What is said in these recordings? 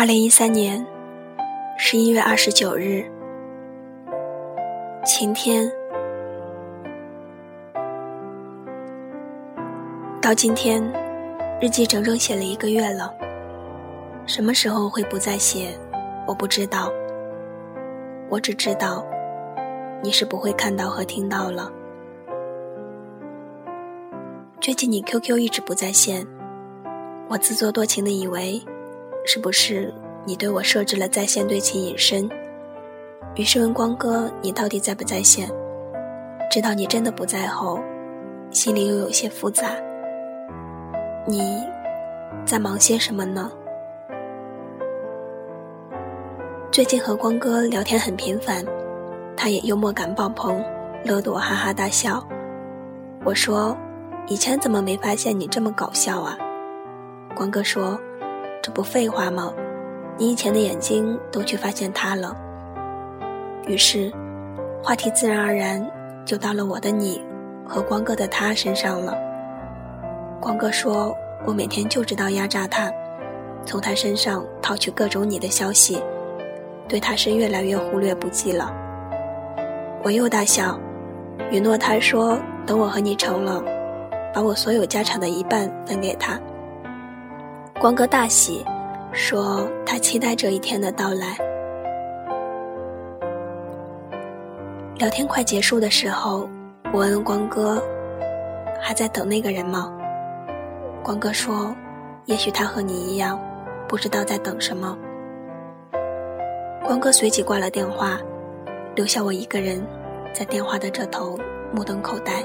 2013年11月29日，晴天。到今天，日记整整写了1个月了。什么时候会不再写，我不知道。我只知道，你是不会看到和听到了。最近你 QQ 一直不在线，我自作多情地以为，是不是你对我设置了在线对其隐身？于是问光哥你到底在不在线？知道你真的不在后，心里又有些复杂。你在忙些什么呢？最近和光哥聊天很频繁，他也幽默感爆棚，乐得我哈哈大笑。我说，以前怎么没发现你这么搞笑啊？光哥说，这不废话吗？你以前的眼睛都去发现他了。于是话题自然而然就到了我的你和光哥的他身上了。光哥说，我每天就知道压榨他，从他身上套取各种你的消息，对他是越来越忽略不计了。我又大笑，允诺他说，等我和你成了，把我所有家产的1半分给他。光哥大喜，说他期待这一天的到来。聊天快结束的时候，我问光哥，还在等那个人吗？光哥说，也许他和你一样，不知道在等什么。光哥随即挂了电话，留下我一个人在电话的这头目瞪口呆。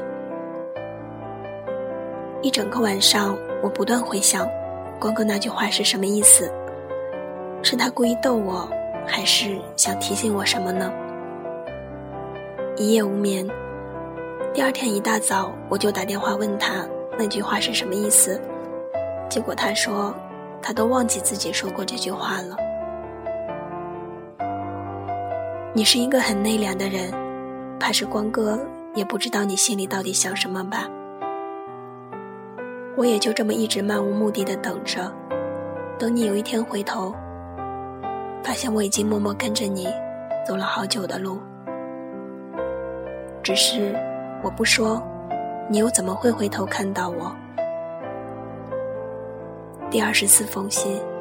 一整个晚上，我不断回想光哥那句话是什么意思，是他故意逗我，还是想提醒我什么呢？一夜无眠，第二天一大早我就打电话问他那句话是什么意思，结果他说他都忘记自己说过这句话了。你是一个很内敛的人，怕是光哥也不知道你心里到底想什么吧。我也就这么一直漫无目的地等着，等你有一天回头，发现我已经默默跟着你走了好久的路。只是我不说，你又怎么会回头看到我？第24封信。